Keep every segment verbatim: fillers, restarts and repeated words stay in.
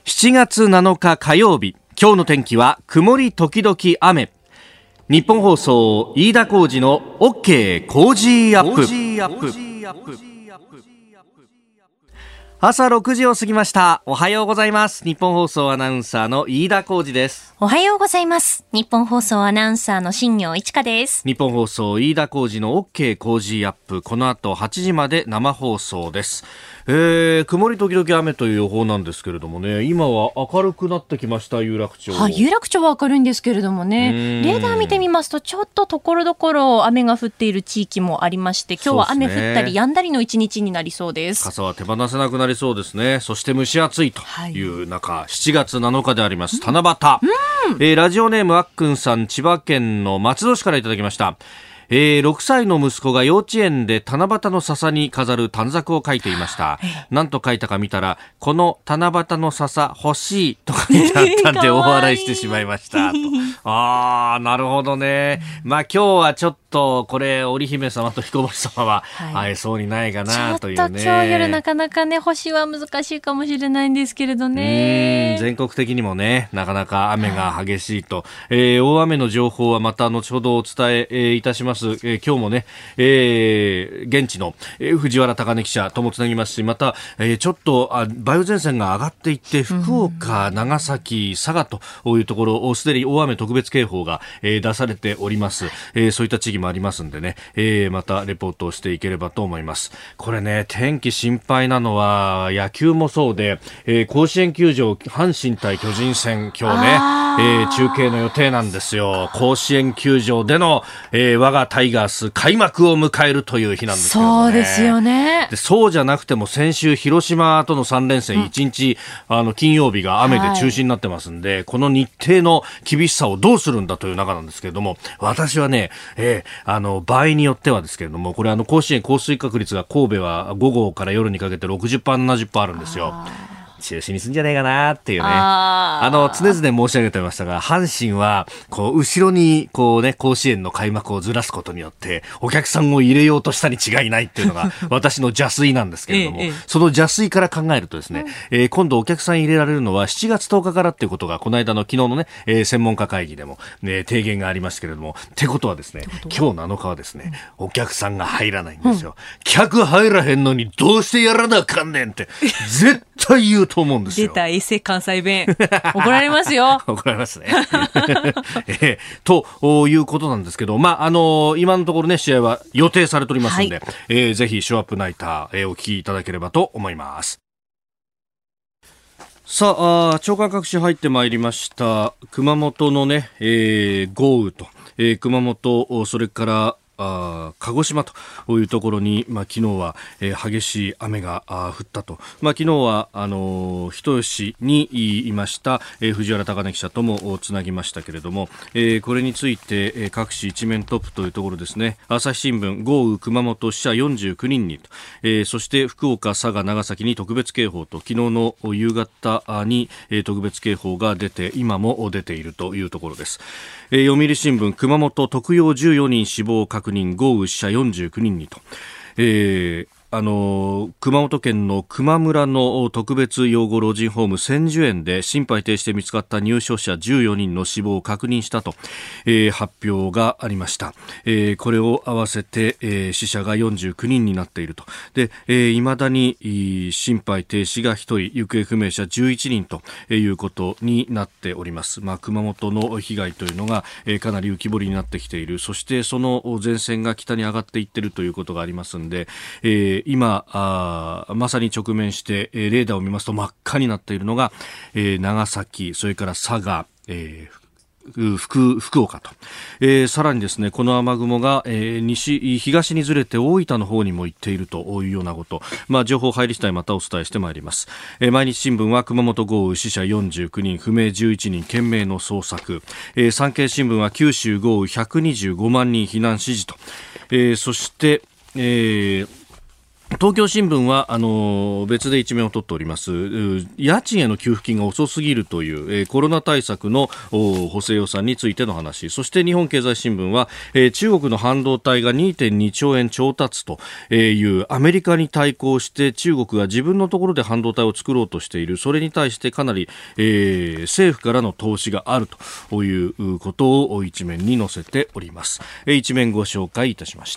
しちがつなのか火曜日、今日の天気は曇り時々雨。日本放送飯田浩司の OK 工事アップ。朝ろくじを過ぎました。おはようございます。日本放送アナウンサーの飯田浩司です。 おはようございます。日本放送アナウンサーの新業一華です。 日本放送飯田浩司の OK 工事アップ、この後はちじまで生放送です。えー、曇り時々雨という予報なんですけれどもね、今は明るくなってきました。有楽町、 はい、有楽町は明るいんですけれどもね、レーダー見てみますとちょっとところどころ雨が降っている地域もありまして、今日は雨降ったり止んだりの一日になりそうです。 傘は手放せなくなりそうですね。そして蒸し暑いという中、はい、しちがつなのかであります七夕、うんえー、ラジオネームあっくんさん、千葉県の松戸市からいただきました。えー、ろくさいの息子が幼稚園で七夕の笹に飾る短冊を書いていました。何と書いたか見たら、この七夕の笹欲しいと書いてあったんで大笑いしてしまいましたと。あー、なるほどね。まあ今日はちょっとこれ織姫様と彦星様は会えそうにないかなというね。 ちょっと今日夜なかなかね、星は難しいかもしれないんですけれどね。 うん、全国的にもね、なかなか雨が激しいと、えー、大雨の情報はまた後ほどお伝え、えー、いたします。えー、今日もね、えー、現地の、えー、藤原貴根記者ともつなぎますし、また、えー、ちょっとあ梅雨前線が上がっていって福岡、長崎、佐賀というところすでに大雨特別警報が、えー、出されております、えー、そういった地域もありますんでね、えー、またレポートをしていければと思います。これね、天気心配なのは野球もそうで、えー、甲子園球場阪神対巨人戦、今日ね、えー、中継の予定なんですよ。甲子園球場での、えー、我がタイガース開幕を迎えるという日なんですけどね。 そうですよね。 で、そうじゃなくても先週広島とのさん連戦いちにち、うん、あの金曜日が雨で中止になってますんで、はい、この日程の厳しさをどうするんだという中なんですけれども、私はね、えー、あの場合によってはですけれども、これあの甲子園降水確率が神戸は午後から夜にかけて ろくじゅっパーセント、ななじゅっパーセント あるんですよ。中止にすんじゃねえかなっていうね。あ, あの、常々申し上げてましたが、阪神は、こう、後ろに、こうね、甲子園の開幕をずらすことによって、お客さんを入れようとしたに違いないっていうのが、私の邪推なんですけれども、ええ、その邪推から考えるとですね、うんえー、今度お客さん入れられるのはしちがつとおかからっていうことが、この間の昨日のね、えー、専門家会議でも、ね、提言がありましたけれども、ってことはですね、今日なのかはですね、うん、お客さんが入らないんですよ。うん、客入らへんのにどうしてやらなあかんねんって、絶対言うと思うんですよ。 出たエセ関西弁怒られますよ怒られますね、えー、ということなんですけど、まああのー、今のところね試合は予定されておりますので、はいえー、ぜひショーアップナイター、えー、お聞きいただければと思います。さあ、あ長官各紙入ってまいりました。熊本のね、えー、豪雨と、えー、熊本それからあ鹿児島というところに、まあ、昨日は、えー、激しい雨が降ったと、まあ、昨日はあのー、人吉にいました、えー、藤原貴根記者ともつなぎましたけれども、えー、これについて、えー、各紙一面トップというところですね。朝日新聞、豪雨熊本死者よんじゅうきゅうにんにと、えー、そして福岡、佐賀、長崎に特別警報と、昨日の夕方に、えー、特別警報が出て今も出ているというところです。えー、読売新聞、熊本特養じゅうよにん死亡確認、豪雨死者よんじゅうきゅうにんにと、えーあの熊本県の球磨村の特別養護老人ホーム千寿園で心肺停止で見つかった入所者じゅうよにんの死亡を確認したと、えー、発表がありました。えー、これを合わせて、えー、死者がよんじゅうきゅうにんになっていると。で、えー、未だに心肺停止がひとり、行方不明者じゅういちにんということになっております。まあ、熊本の被害というのが、えー、かなり浮き彫りになってきている。そしてその前線が北に上がっていっているということがありますので、えー今あまさに直面して、えー、レーダーを見ますと真っ赤になっているのが、えー、長崎、それから佐賀、えー、福, 福岡と、えー、さらにですねこの雨雲が、えー、西東にずれて大分の方にも行っているというようなこと、まあ、情報入り次第またお伝えしてまいります。えー、毎日新聞は熊本豪雨死者よんじゅうきゅうにん不明じゅういちにん懸命の捜索、えー、産経新聞は九州豪雨ひゃくにじゅうごまんにん避難指示と、えー、そして、えー東京新聞はあの別で一面を取っております。家賃への給付金が遅すぎるという、えー、コロナ対策の補正予算についての話。そして日本経済新聞は、えー、中国の半導体が にてんにちょうえん調達というアメリカに対抗して中国が自分のところで半導体を作ろうとしている。それに対してかなり、えー、政府からの投資があるということを一面に載せております。えー、一面ご紹介いたしました。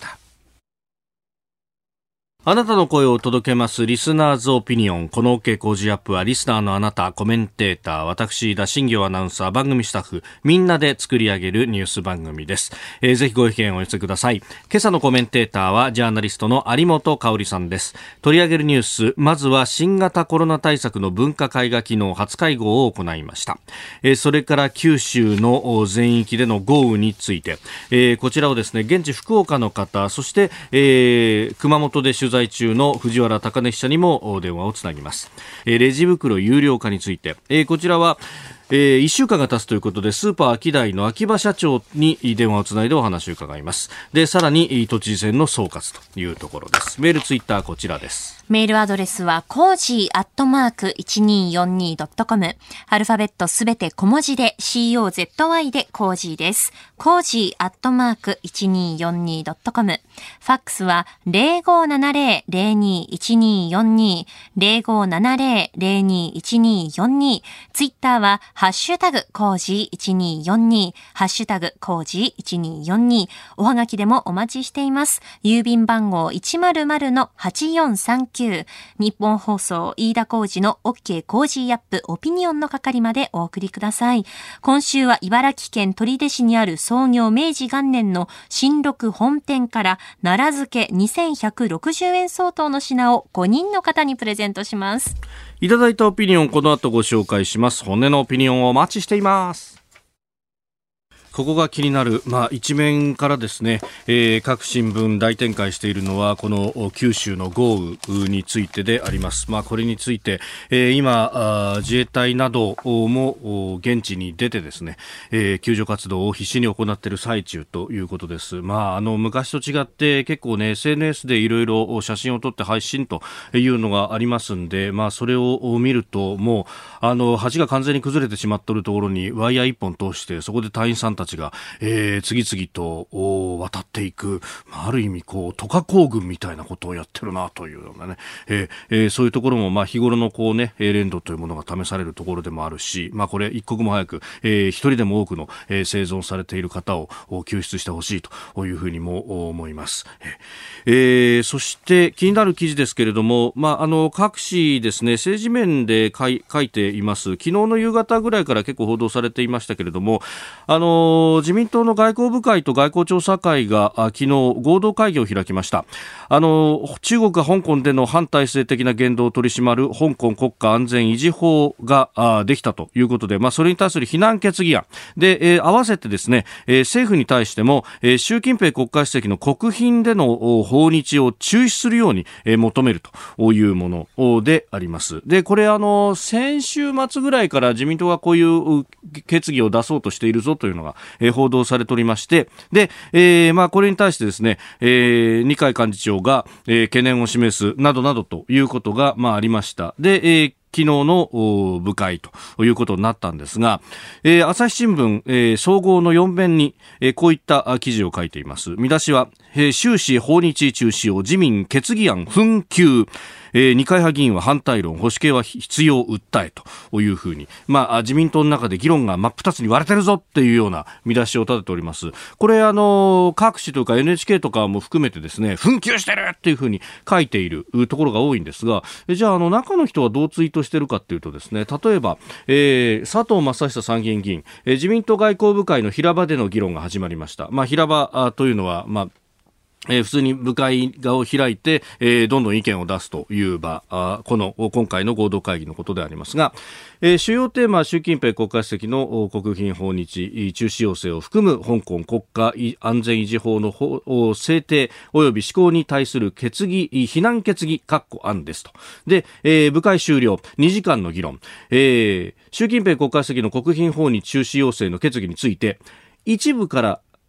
あなたの声を届けますリスナーズオピニオン。この OK 工事アップはリスナーのあなた、コメンテーター、私田新行アナウンサー、番組スタッフみんなで作り上げるニュース番組です。えー、ぜひご意見をお寄せください。今朝のコメンテーターはジャーナリストの有本香里さんです。取り上げるニュース、まずは新型コロナ対策の分科会が昨日初会合を行いました。えー、それから九州の全域での豪雨について、えー、こちらをですね、現地福岡の方、そして、えー、熊本で取材取材中の藤原貴根記者にも電話をつなぎます。レジ袋有料化について、こちらはえー、いっしゅうかんが経つということでスーパーアキダイの秋葉社長に電話をつないでお話を伺います。で、さらに都知事選の総括というところです。メールツイッターこちらです。 メールアドレスはコージーアットマーク いちにーよんにードットコム、 アルファベットすべて小文字で シーオーゼットワイ でコージーです。コージーアットマーク いちにーよんにードットコム、 ファックスは ゼロごーななゼロ ゼロにーいちにーよんにー ゼロごーななゼロ ゼロにーいちにーよんにー、ツイッターはハッシュタグコージーいちにーよんにー、ハッシュタグコージーいちにーよんにー、おはがきでもお待ちしています。郵便番号 いちまるまるのはちよんさんきゅう、日本放送飯田浩司の OK コージーアップオピニオンの係までお送りください。今週は茨城県取手市にある創業明治元年の新六本店から奈良漬けにせんひゃくろくじゅうえん相当の品をごにんの方にプレゼントします。 いただいたオピニオン、この後ご紹介します。本音のオピニオンをお待ちしています。ここが気になる、まあ、一面からですね、えー、各新聞大展開しているのはこの九州の豪雨についてであります。まあ、これについて、えー、今自衛隊なども現地に出てですね、えー、救助活動を必死に行っている最中ということです。まあ、あの昔と違って結構ね エスエヌエス でいろいろ写真を撮って配信というのがありますんで、まあ、それを見るともうあの橋が完全に崩れてしまっているところにワイヤー一本通してそこで隊員さんたちたちが、えー、次々と渡っていく、まあ、ある意味こう渡河行軍みたいなことをやってるなというようなね、えーえー、そういうところもまあ日頃のこうね練度というものが試されるところでもあるし、まあ、これ一刻も早く、えー、一人でも多くの、えー、生存されている方を救出してほしいというふうにも思います。えー、そして気になる記事ですけれども、まあ、あの各紙ですね政治面で書い、書いています。昨日の夕方ぐらいから結構報道されていましたけれども、あの自民党の外交部会と外交調査会が昨日合同会議を開きました。あの中国が香港での反体制的な言動を取り締まる香港国家安全維持法ができたということで、まあ、それに対する非難決議案で、えー、合わせてですね、えー、政府に対しても、えー、習近平国家主席の国賓での訪日を中止するように、えー、求めるというものであります。で、これあの先週末ぐらいから自民党がこういう決議を出そうとしているぞというのがえー、報道されておりまして、で、えーまあ、これに対してですね、えー、二階幹事長が、えー、懸念を示すなどなどということが、まあ、ありました。で、えー昨日の部会ということになったんですが、えー、朝日新聞、えー、総合のよん面に、えー、こういった記事を書いています。見出しは、えー、終始訪日中止を自民決議案紛糾、えー、二階派議員は反対論、保守系は必要訴えというふうに、まあ、自民党の中で議論が真っ二つに割れてるぞっていうような見出しを立てております。これあの各紙というか エヌエイチケー とかも含めてですね、紛糾してるっていうふうに書いているところが多いんですが、じゃああの中の人はどうツイートしてるかっていうとですね、例えば、えー、佐藤正久参議院議員、えー、自民党外交部会の平場での議論が始まりました。まあ、平場というのは、まあえー、普通に部会を開いて、えー、どんどん意見を出すという場、あこの今回の合同会議のことでありますが、えー、主要テーマは習近平国家主席の国賓訪日中止要請を含む香港国家安全維持法の法制定及び施行に対する決議非難決議括弧案ですと。で、えー、部会終了にじかんの議論、えー、習近平国家主席の国賓訪日中止要請の決議について一部から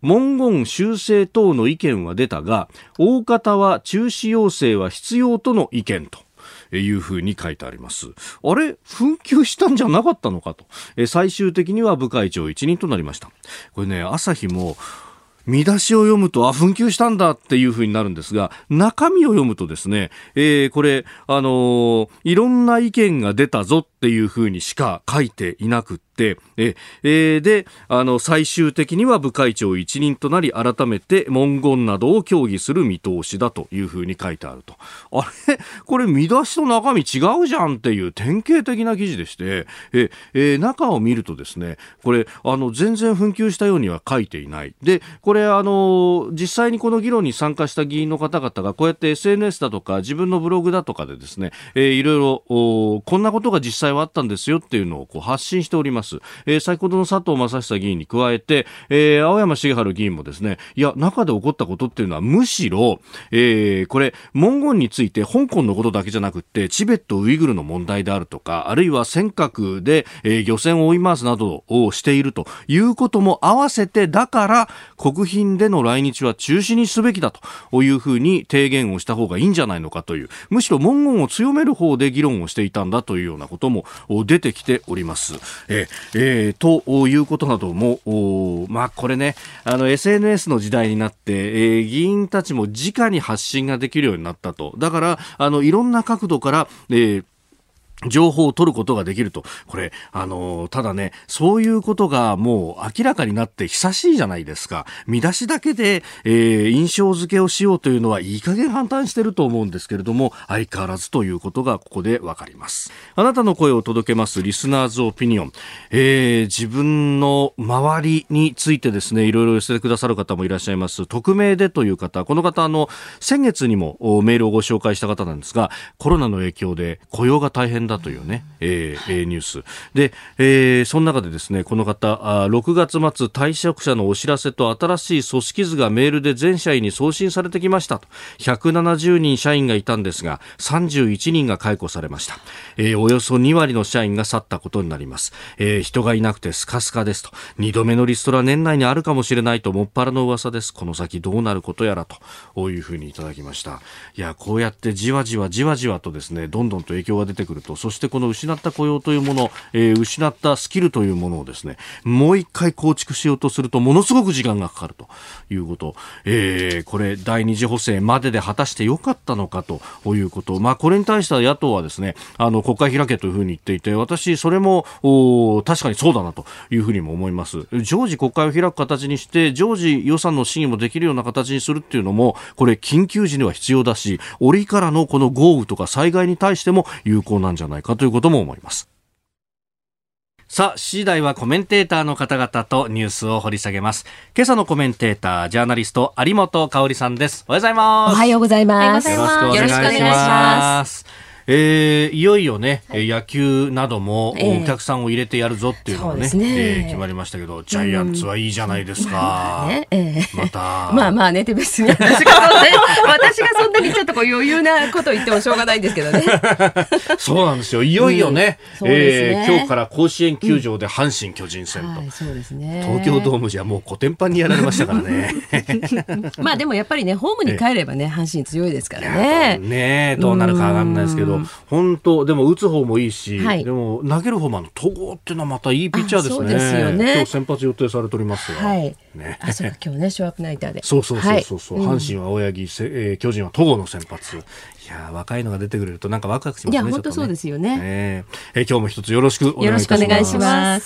文言修正等の意見は出たが、大方は中止要請は必要との意見というふうに書いてあります。あれ、紛糾したんじゃなかったのかと。最終的には部会長一任となりました。これね、朝日も見出しを読むと、あ、紛糾したんだっていう風になるんですが、中身を読むとですね、えー、これ、あのー、いろんな意見が出たぞっていう風にしか書いていなくって、ええー、で、あの、最終的には部会長一任となり、改めて文言などを協議する見通しだという風に書いてあると。あれ、これ見出しと中身違うじゃんっていう典型的な記事でして、ええー、中を見るとですね、これ、あの、全然紛糾したようには書いていない。で、これ、あの、実際にこの議論に参加した議員の方々が、こうやって エスエヌエス だとか、自分のブログだとかでですね、えー、いろいろ、こんなことが実際はあったんですよっていうのをこう発信しております。えー、先ほどの佐藤正久議員に加えて、えー、青山茂春議員もですね、いや、中で起こったことっていうのはむしろ、えー、これ、文言について香港のことだけじゃなくって、チベットウイグルの問題であるとか、あるいは尖閣で、えー、漁船を追い回すなどをしているということも合わせて、だから、国賓での来日は中止にすべきだというふうに提言をした方がいいんじゃないのかという、むしろ文言を強める方で議論をしていたんだというようなことも出てきております。えーえー、ということなども、まあこれね、あの エスエヌエス の時代になって、えー、議員たちも直に発信ができるようになったと。だからあのいろんな角度から、えー情報を取ることができると。これ、あのー、ただね、そういうことがもう明らかになって久しいじゃないですか。見出しだけで、えー、印象付けをしようというのはいい加減反対してると思うんですけれども、相変わらずということがここでわかります。あなたの声を届けますリスナーズオピニオン。えー、自分の周りについてですね、いろいろ寄せてくださる方もいらっしゃいます。匿名でという方、この方、あの、先月にもメールをご紹介した方なんですが、コロナの影響で雇用が大変だというね、えー、ニュースで、えー、その中でですね、この方、ろくがつ末退職者のお知らせと新しい組織図がメールで全社員に送信されてきましたと。ひゃくななじゅうにん社員がいたんですが、さんじゅういちにんが解雇されました。えー、およそにわりの社員が去ったことになります。えー、人がいなくてスカスカですと。にどめのリストラ年内にあるかもしれないともっぱらの噂です。この先どうなることやらというふうにいただきました。いや、こうやってじわじわじわじわとですね、どんどんと影響が出てくると、そしてこの失った雇用というもの、えー、失ったスキルというものをですね、もう一回構築しようとするとものすごく時間がかかるということ、えー、これ第二次補正までで果たしてよかったのかということ、まあこれに対しては野党はですね、あの国会開けというふうに言っていて、私それも確かにそうだなというふうにも思います。常時国会を開く形にして常時予算の審議もできるような形にするっていうのも、これ緊急時には必要だし、折からのこの豪雨とか災害に対しても有効なんじゃないかということも思います。さあ、しちじ台はコメンテーターの方々とニュースを掘り下げます。今朝のコメンテーター、ジャーナリスト有本香里さんです。おはようございます。 おはようございます。 よろしくお願いします。えー、いよいよね、はい、野球などもお客さんを入れてやるぞっていうのがね、えーねえー、決まりましたけど、ジャイアンツはいいじゃないですか、うんねえー、またまあまあね、別に私がそんな私がそんなにちょっとこう余裕なこと言ってもしょうがないんですけどねそうなんですよ、いよいよね、うんえー、今日から甲子園球場で阪神巨人戦と、うんはい、そうですね、東京ドームじゃもうコテンパンにやられましたからねまあでもやっぱりね、ホームに帰ればね、阪神強いですからね、 ねどうなるか分かんないですけど、本当でも打つ方もいいし、はい、でも投げる方も戸郷っていうのはまたいいピッチャーですね。そうですよね。今日先発予定されておりますが、はいね、あそうか今日ねショーアップナイターでそうそうそうそうそう、はい、阪神は青柳、えー、巨人は戸郷の先発、いや若いのが出てくれるとなんかワクワクしますね。 いや本当そうですよね。 えーえー、今日も一つよろしくお願いいたします。 よろしくお願いします。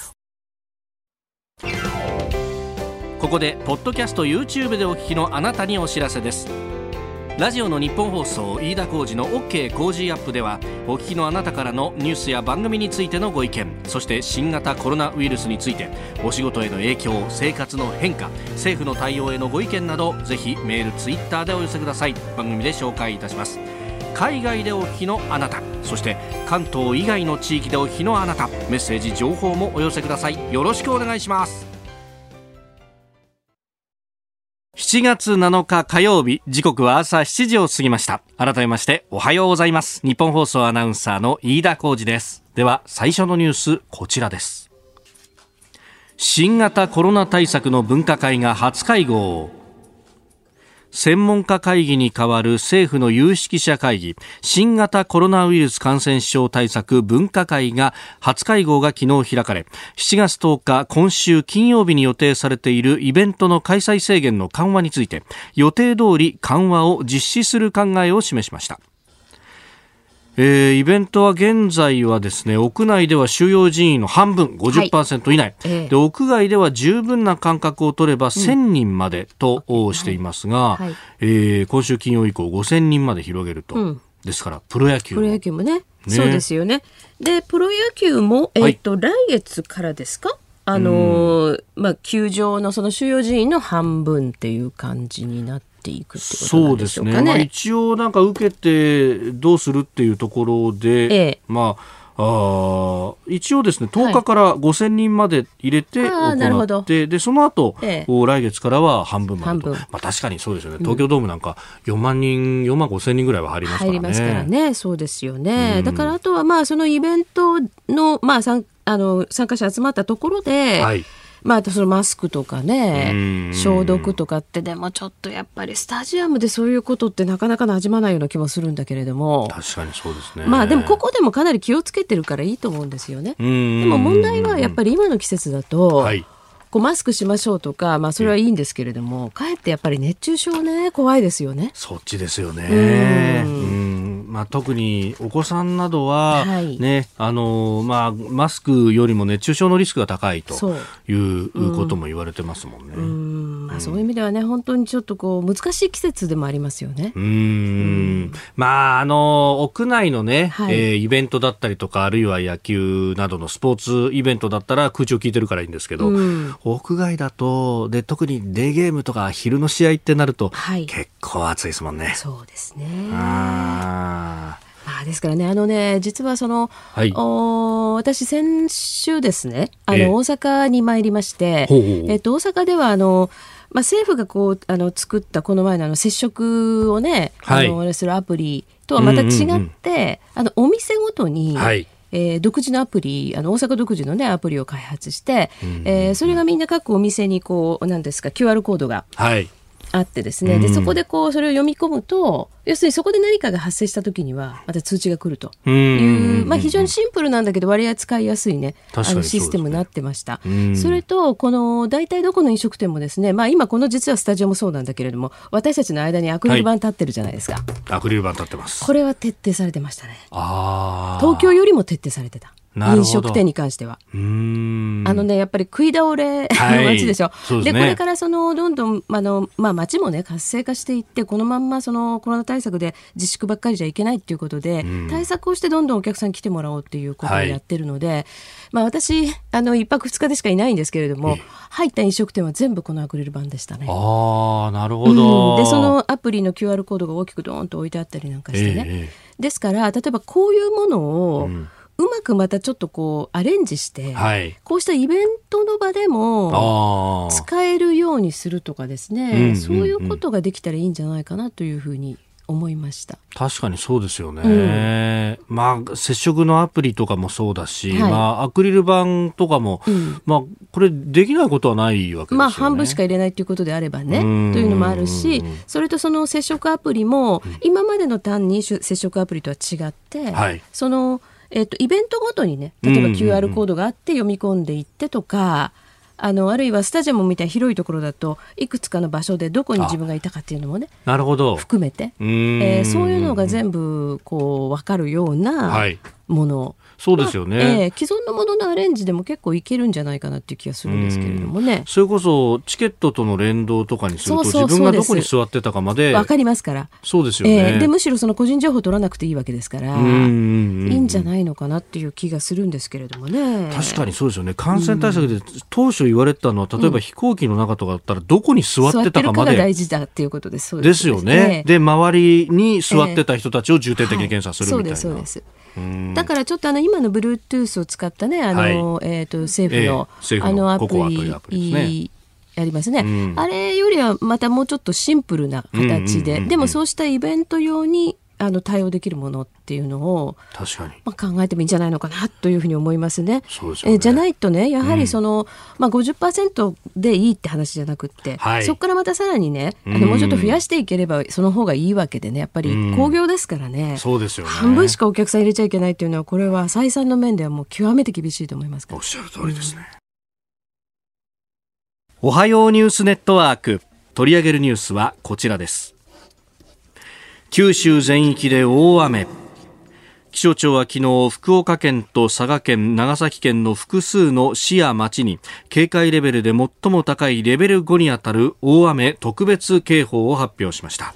ここでポッドキャスト YouTube でお聞きのあなたにお知らせです。ラジオの日本放送飯田浩司の OK 工事アップでは、お聞きのあなたからのニュースや番組についてのご意見、そして新型コロナウイルスについて、お仕事への影響、生活の変化、政府の対応へのご意見など、ぜひメール、ツイッターでお寄せください。番組で紹介いたします。海外でお聞きのあなた、そして関東以外の地域でお聞きのあなた、メッセージ情報もお寄せください。よろしくお願いします。しちがつなのか火曜日、時刻は朝しちじを過ぎました。改めましておはようございます。日本放送アナウンサーの飯田浩司です。では最初のニュース、こちらです。 新型コロナ対策の分科会が初会合。専門家会議に代わる政府の有識者会議、新型コロナウイルス感染症対策分科会が初会合が昨日開かれ、しちがつとおか今週金曜日に予定されているイベントの開催制限の緩和について、予定通り緩和を実施する考えを示しました。えー、イベントは現在はですね、屋内では収容人員の半分 ごじゅっパーセント 以内、はいえー、で屋外では十分な間隔を取ればせんにんまでと、うん、していますが、はいえー、今週金曜以降ごせんにんまで広げると、うん、ですからプロ野球もプロ野球も ね, ねそうですよね。でプロ野球も、えーとはい、来月からですか、あのーまあ、球場のその収容人員の半分っていう感じになっていくってことなんでしょうかね。そうですね、まあ、一応なんか受けてどうするっていうところで、ええ、まああ一応ですねとおかからごせんにんまで入れて行って、はい、でその後、ええ、来月からは半分までと、まあ、確かにそうですよね。東京ドームなんかよんまんにんよんまんごせんにんぐらいは入りますからね。 入りますからね。そうですよね、うん、だからあとはまあそのイベントの、まあ、参あの参加者集まったところで、はいまあ、そのマスクとかね消毒とかってでもちょっとやっぱりスタジアムでそういうことってなかなか馴染まないような気もするんだけれども、 確かにそうですね。 まあでもここでもかなり気をつけてるからいいと思うんですよね。でも問題はやっぱり今の季節だと、はい、こうマスクしましょうとか、まあ、それはいいんですけれども、かえってやっぱり熱中症ね怖いですよね。 そっちですよね。うんうんまあ、特にお子さんなどは、はいねあのまあ、マスクよりも熱中症のリスクが高いということも言われてますもんね。 うんうんまあ、そういう意味ではね本当にちょっとこう難しい季節でもありますよね。 うんうんまあ、あの屋内の、ねはいえー、イベントだったりとかあるいは野球などのスポーツイベントだったら空調効いてるからいいんですけど、うん屋外だとで特にデーゲームとか昼の試合ってなると、はい、結構暑いですもんね。 そうですね。ああですからねあのね実はその、はい、お私先週ですねあの、えー、大阪に参りましてほうほう、えっと、大阪ではあのまあ、政府がこうあの作ったこの前のあの接触をね、はい、あのするアプリとはまた違って、うんうんうん、あのお店ごとに、はいえー、独自のアプリあの大阪独自の、ね、アプリを開発して、うんうんうんえー、それがみんな各お店にこう何ですか キューアール コードがあってですね、はい、でそこでこうそれを読み込むと要するにそこで何かが発生した時にはまた通知が来るという、まあ、非常にシンプルなんだけど割合使いやすい、ね、あのシステムになってました。 そ, それとこの大体どこの飲食店もですね、まあ、今この実はスタジオもそうなんだけれども私たちの間にアクリル板立ってるじゃないですか、はい、 アクリル板立ってます。 これは徹底されてましたね。あ東京よりも徹底されてた飲食店に関しては。うーんあのねやっぱり食い倒れの街でしょ、はい、で、ね、これからそのどんどんあの、まあ、街もね活性化していってこのまんまそのコロナ対策で自粛ばっかりじゃいけないっていうことで対策をしてどんどんお客さん来てもらおうっていうことをやってるので、はいまあ、私あのいっぱくふつかでしかいないんですけれども入った飲食店は全部このアクリル板でしたね。 あなるほど、 うん、でそのアプリの キューアール コードが大きくドーンと置いてあったりなんかしてね、えー、ですから例えばこういうものを、うんうまくまたちょっとこうアレンジして、はい、こうしたイベントの場でも使えるようにするとかですね、うんうんうん、そういうことができたらいいんじゃないかなというふうに思いました。 確かにそうですよね、うん、まあ接触のアプリとかもそうだし、はいまあ、アクリル板とかも、うんまあ、これできないことはないわけですよね。 まあ半分しか入れないということであればねというのもあるしそれとその接触アプリも、うん、今までの単に接触アプリとは違って、はい、そのえー、とイベントごとにね例えば キューアール コードがあって読み込んでいってとか、あのあるいはスタジアムみたいな広いところだといくつかの場所でどこに自分がいたかっていうのもねなるほど含めて、うーん、えー、そういうのが全部こう分かるようなもの、はいそうですよね、 まあえー、既存のもののアレンジでも結構いけるんじゃないかなっていう気がするんですけれどもね。 それこそチケットとの連動とかにすると自分がどこに座ってたかまで分かりますから。 そうですよね、 えー、でむしろその個人情報取らなくていいわけですからいいんじゃないのかなっていう気がするんですけれどもね。 確かにそうですよね。感染対策で当初言われてたのは例えば飛行機の中とかだったらどこに座ってたかまで、うん、座ってるかが大事だっていうことです。そうです、ですよね、えー、 で周りに座ってた人たちを重点的に検査するみたいな、 はい、そうですそうです。だからちょっとあの今の Bluetooth を使ったねあの、はいえー、と政府 の,、えー、あのアプリアプリですねありますね、うん、あれよりはまたもうちょっとシンプルな形で、うんうんうんうん、でもそうしたイベント用にあの対応できるものっていうのを確かに、 まあ、考えてもいいんじゃないのかなというふうに思いますね。 そうですよね。 えじゃないとね、やはりその、うんまあ、ごじゅっパーセント でいいって話じゃなくって、はい、そこからまたさらにね、あのもうちょっと増やしていければその方がいいわけでね、やっぱり興行ですからね、 うん、そうですよね。 半分しかお客さん入れちゃいけないっていうのは、これは採算の面ではもう極めて厳しいと思いますから。 おっしゃる通りですね、うん、おはようニュースネットワーク、取り上げるニュースはこちらです。九州全域で大雨。気象庁は昨日、福岡県と佐賀県、長崎県の複数の市や町に警戒レベルで最も高いレベルごにあたる大雨特別警報を発表しました。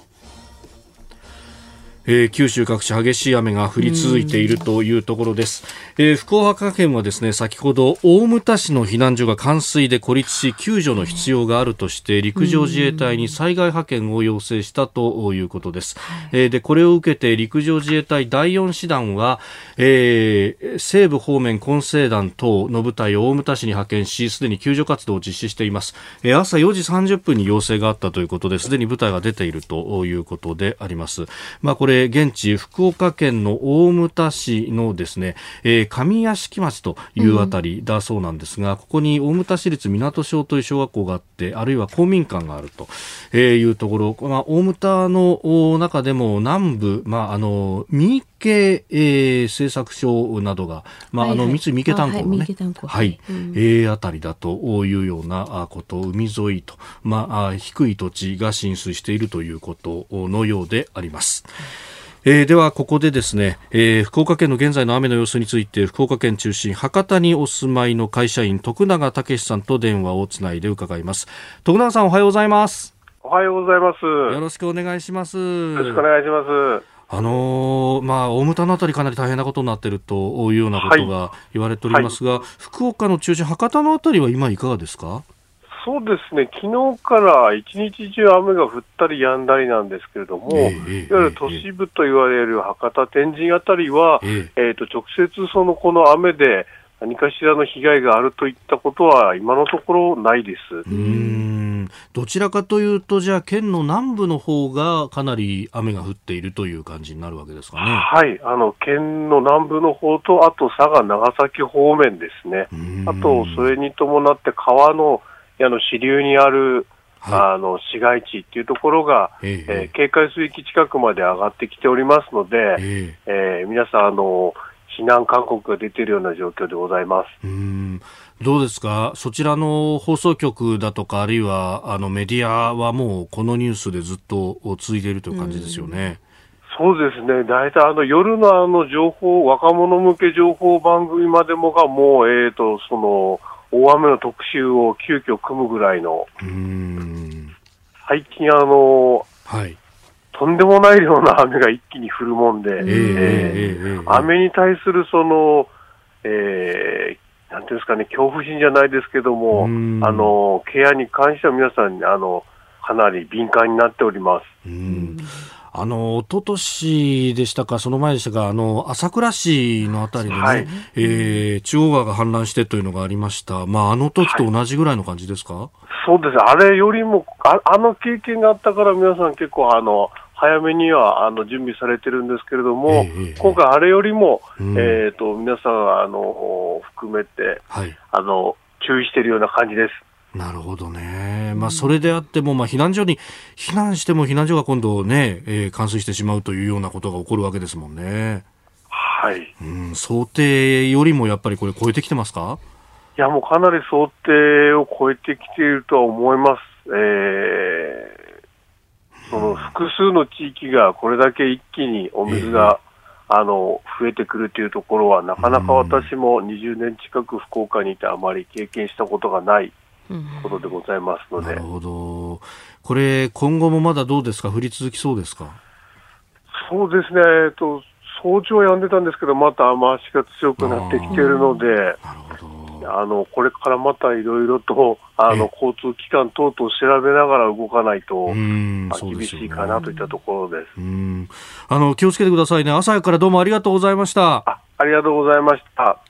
えー、九州各地激しい雨が降り続いているというところです。えー、福岡県はですね、先ほど大牟田市の避難所が冠水で孤立し救助の必要があるとして陸上自衛隊に災害派遣を要請したということです。えー、でこれを受けて陸上自衛隊だいよん師団は、えー、西部方面混成団等の部隊を大牟田市に派遣し、すでに救助活動を実施しています。えー、朝よじさんじゅっぷんに要請があったということで、すでに部隊が出ているということであります。まあこれ現地福岡県の大牟田市のですね、えー、上屋敷町というあたりだそうなんですが、うん、ここに大牟田市立港小という小学校があって、あるいは公民館があるというところ、まあ、大牟田の中でも南部、まあ、あの三池、えー、製作所などが、まあ、はいはい、あの三井三池炭鉱のね、はい、うん、えー、あたりだというようなこと、海沿いと、まあ、低い土地が浸水しているということのようであります。えー、ではここでですね、えー、福岡県の現在の雨の様子について、福岡県中心博多にお住まいの会社員徳永武さんと電話をつないで伺います。徳永さん、おはようございます。 おはようございます。 よろしくお願いします。 よろしくお願いします。 あのーまあ、大牟田のあたりかなり大変なことになっているというようなことが言われておりますが、はいはい、福岡の中心博多のあたりは今いかがですか？ そうですね、昨日から一日中雨が降ったり止んだりなんですけれども、えー、いわゆる都市部と言われる博多、天神あたりは、えーえー、と直接そのこの雨で何かしらの被害があるといったことは今のところないです。 うーん、どちらかというと、じゃあ県の南部の方がかなり雨が降っているという感じになるわけですかね。 はい、あの県の南部の方と、あと佐賀、長崎方面ですね。あとそれに伴って川のあの支流にある、はい、あの市街地っていうところが、えええー、警戒水域近くまで上がってきておりますので、えええー、皆さんあの避難勧告が出ているような状況でございます。 うーん、どうですか、そちらの放送局だとか、あるいはあのメディアはもうこのニュースでずっと続いているという感じですよね。 そうですね、大体あの夜のあの情報、若者向け情報番組までもがもう、えーと、その大雨の特集を急遽組むぐらいの、うーん、最近あの、はい、とんでもないような雨が一気に降るもんで、えーえーえー、雨に対するその、えー、なんていうんですかね、恐怖心じゃないですけども、あのケアに関しては皆さんあのかなり敏感になっております。 うーん、あの一昨年でしたか、その前でしたか、あの朝倉市のあたりでね、はい、えー、中央川が氾濫してというのがありました。まあ、あの時と同じぐらいの感じですか？はい、 そうです。あれよりも あ, あの経験があったから皆さん結構あの早めにはあの準備されてるんですけれども、えー、今回あれよりも、うん、えー、と皆さんあの含めて、はい、あの注意しているような感じです。 なるほどね。まあ、それであっても、まあ、避難所に避難しても避難所が今度ね、えー、冠水してしまうというようなことが起こるわけですもんね。 はい。 うん、想定よりもやっぱりこれ超えてきてますか？ いや、もうかなり想定を超えてきているとは思います。えー、その複数の地域がこれだけ一気にお水が、えー、あの増えてくるというところはなかなか私もにじゅうねん近く福岡にいてあまり経験したことがないことでございますので。 なるほど。これ今後もまだどうですか、降り続きそうですか？ そうですね、えっと、早朝は止んでたんですけど、また雨足が強くなってきているので、なるほど。あのこれからまたいろいろとあの交通機関等々調べながら動かないと、うん、厳しいかなといったところです。 うん、あの気をつけてくださいね。朝からどうもありがとうございました。 あ、ありがとうございました。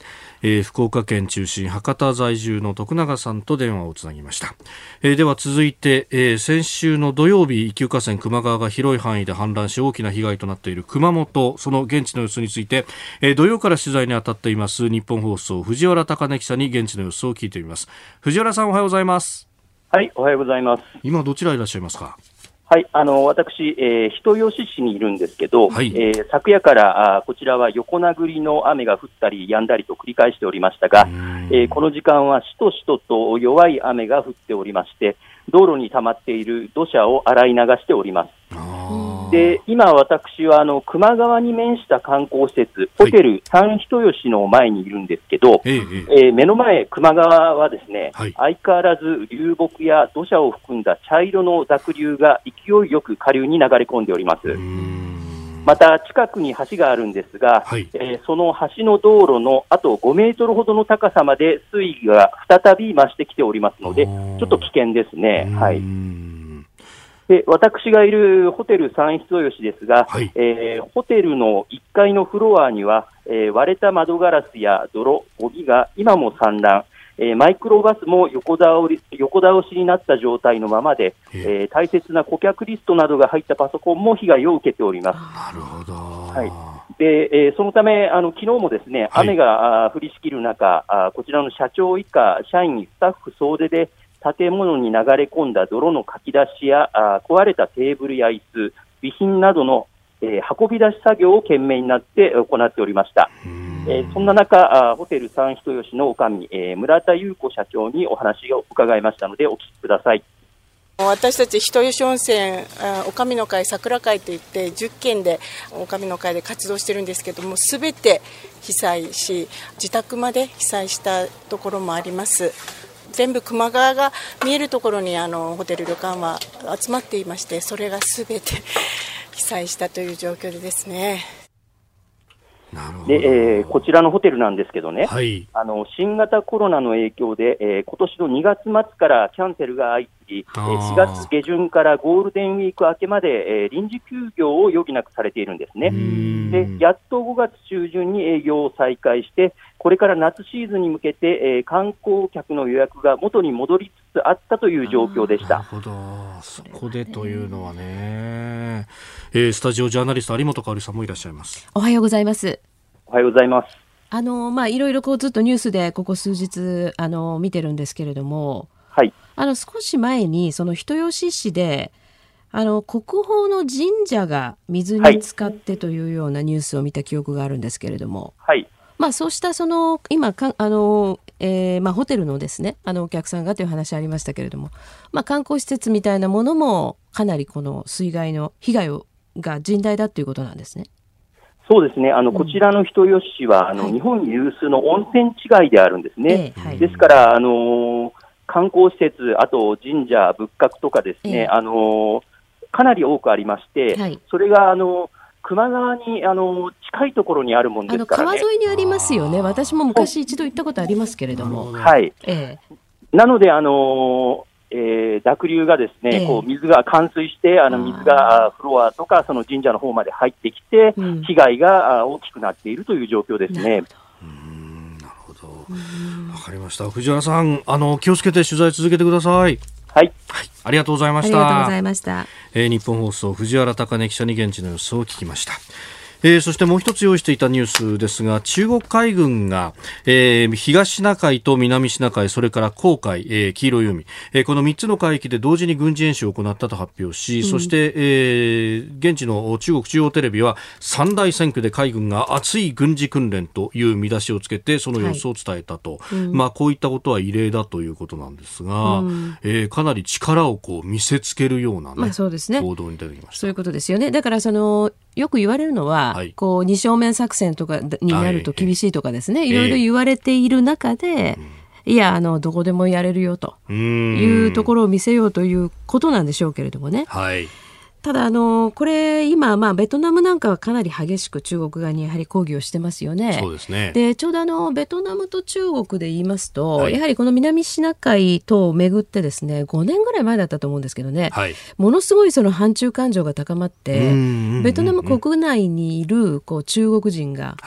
えー、福岡県中心博多在住の徳永さんと電話をつなぎました。えー、では続いて、えー、先週の土曜日、一級河川球磨川が広い範囲で氾濫し大きな被害となっている熊本、その現地の様子について、えー、土曜から取材に当たっています日本放送藤原貴根記者に現地の様子を聞いてみます。藤原さん、おはようございます。 はい、おはようございます。 今どちらいらっしゃいますか？ はい、あの私、えー、人吉市にいるんですけど、はい、えー、昨夜からあこちらは横殴りの雨が降ったり止んだりと繰り返しておりましたが、えー、この時間はしとしとと弱い雨が降っておりまして、道路に溜まっている土砂を洗い流しております。で、今私はあの球磨川に面した観光施設ホテルサン人吉の前にいるんですけど、はい、えーえー、目の前球磨川はですね、はい、相変わらず流木や土砂を含んだ茶色の濁流が勢いよく下流に流れ込んでおります。また近くに橋があるんですが、はい、えー、その橋の道路のあとごメートルほどの高さまで水位が再び増してきておりますので、ちょっと危険ですね。はい。で、私がいるホテルサン人吉ですが、はい、えー、ホテルのいっかいのフロアには、えー、割れた窓ガラスや泥、ゴミが今も散乱、えー、マイクロバスも横倒り、横倒しになった状態のままで、えー、大切な顧客リストなどが入ったパソコンも被害を受けております。 なるほど。 はい。で、えー、そのためあの昨日もですね、はい、雨が降りしきる中、あこちらの社長以下社員スタッフ総出で建物に流れ込んだ泥のかき出しやあ壊れたテーブルや椅子、備品などの、えー、運び出し作業を懸命になって行っておりました。えー、そんな中あ、ホテルサン人吉の女将、えー、村田裕子社長にお話を伺いましたのでお聞きください。 私たち人吉温泉女将の会桜会といってじゅっけんで女将の会で活動してるんですけども、すべて被災し自宅まで被災したところもあります。全部球磨川が見えるところにあのホテル旅館は集まっていまして、それがすべて被災したという状況でですね。 なるほど。で、えー、こちらのホテルなんですけどね、はい、あの新型コロナの影響で、えー、今年のにがつ末からキャンセルが相次ぎ、えー、しがつ下旬からゴールデンウィーク明けまで、えー、臨時休業を余儀なくされているんですね。で、やっとごがつ中旬に営業を再開して、これから夏シーズンに向けて、えー、観光客の予約が元に戻りつつあったという状況でした。 なるほど。そこでというのはね、えー、スタジオジャーナリスト有本香織さんもいらっしゃいます。 おはようございます。 おはようございます。 あの、まあ、いろいろこうずっとニュースでここ数日あの見てるんですけれども、はい、あの少し前にその人吉市であの国宝の神社が水に浸かってというようなニュースを見た記憶があるんですけれども、はい、まあ、そうしたその今かあの、えーまあ、ホテルのですねあのお客さんがという話ありましたけれども、まあ、観光施設みたいなものもかなりこの水害の被害をが甚大だということなんですね。 そうですね、あの、うん、こちらの人吉市はあの、はい、日本有数の温泉地街であるんですね。えーはい、ですからあの観光施設、あと神社仏閣とかですね、えー、あのかなり多くありまして、はい、それがあの球磨川にあの近いところにあるもんですからね。 あの川沿いにありますよね。私も昔一度行ったことありますけれども、 はい、えー、なのであのえー、濁流がですね、えー、こう水が冠水してあの水がフロアとかその神社の方まで入ってきて、うん、被害が大きくなっているという状況ですね。 うーん、なるほど、わかりました。藤原さん、あの気をつけて取材続けてください。はい、 はい、 ありがとうございました。 ありがとうございました。 えー、日本放送藤原貴根記者に現地の様子を聞きました。えー、そしてもう一つ用意していたニュースですが、中国海軍が、えー、東シナ海と南シナ海、それから黄海、えー、黄色い海、えー、このみっつの海域で同時に軍事演習を行ったと発表し、うん、そして、えー、現地の中国中央テレビは三大戦区で海軍が熱い軍事訓練という見出しをつけてその様子を伝えたと、はい、うん、まあ、こういったことは異例だということなんですが、うん、えー、かなり力をこう見せつけるような、ね、 まあ、そうですね、 報道に出てきました。 そういうことですよね。だからそのよく言われるのは、はい、こう二正面作戦とかになると厳しいとかですね、はい、いろいろ言われている中で、えー、いやあのどこでもやれるよというところを見せようということなんでしょうけれどもね、はい、ただあのこれ今、まあ、ベトナムなんかはかなり激しく中国側にやはり抗議をしてますよね。 そうですね。 でちょうどあのベトナムと中国で言いますと、はい、やはりこの南シナ海等をめぐってですねごねんぐらい前だったと思うんですけどね、はい、ものすごいその反中感情が高まって、ベトナム国内にいるこう中国人が、はい、